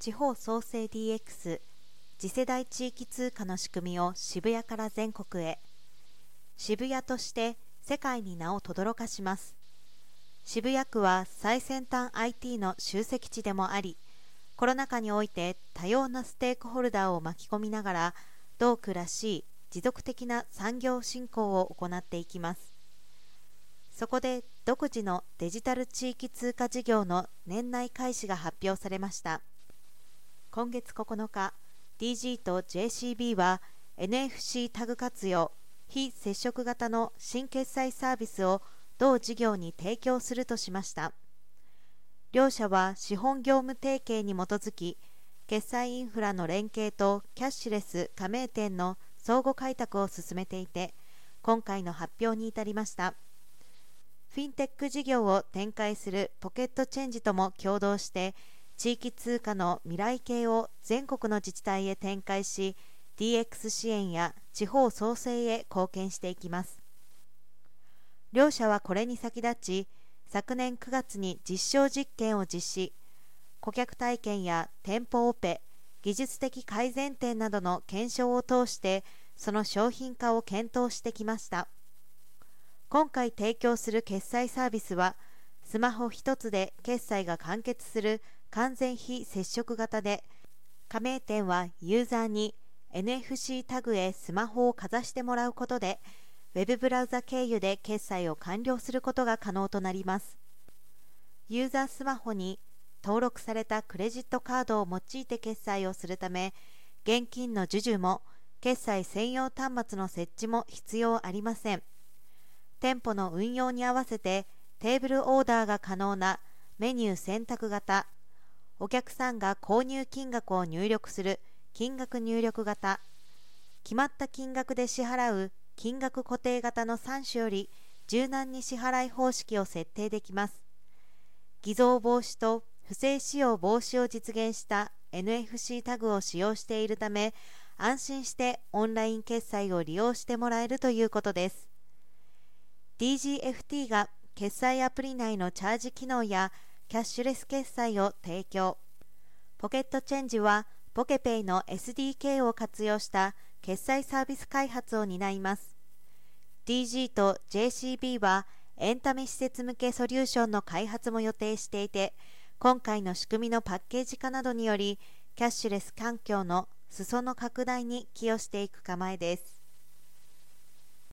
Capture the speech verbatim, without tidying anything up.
地方創生 ディーエックス 次世代地域通貨の仕組みを渋谷から全国へ。渋谷として世界に名を轟かします。渋谷区は最先端 アイティー の集積地でもあり、コロナ禍において多様なステークホルダーを巻き込みながら同区らしい持続的な産業振興を行っていきます。そこで独自のデジタル地域通貨事業の年内開始が発表されました。今月ここのか、ディージー と ジェーシービー は エヌエフシー タグ活用、非接触型の新決済サービスを同事業に提供するとしました。両社は資本業務提携に基づき、決済インフラの連携とキャッシュレス加盟店の相互開拓を進めていて、今回の発表に至りました。フィンテック事業を展開するポケットチェンジとも共同して、地域通貨の未来系を全国の自治体へ展開し、ディーエックス 支援や地方創生へ貢献していきます。両社はこれに先立ち、昨年くがつに実証実験を実施、顧客体験や店舗オペ、技術的改善点などの検証を通して、その商品化を検討してきました。今回提供する決済サービスは、スマホ一つで決済が完結する完全非接触型で、加盟店はユーザーに エヌエフシー タグへスマホをかざしてもらうことで、ウェブブラウザ経由で決済を完了することが可能となります。ユーザースマホに登録されたクレジットカードを用いて決済をするため、現金の授受も決済専用端末の設置も必要ありません。店舗の運用に合わせてテーブルオーダーが可能なメニュー選択型、お客さんが購入金額を入力する金額入力型、決まった金額で支払う金額固定型のさん種より柔軟に支払い方式を設定できます。偽造防止と不正使用防止を実現した エヌエフシー タグを使用しているため、安心してオンライン決済を利用してもらえるということです。ディージーエフティー が決済アプリ内のチャージ機能やキャッシュレス決済を提供。ポケットチェンジはポケペイの エスディーケー を活用した決済サービス開発を担います。ディージー と ジェーシービー はエンタメ施設向けソリューションの開発も予定していて、今回の仕組みのパッケージ化などにより、キャッシュレス環境の裾野拡大に寄与していく構えです。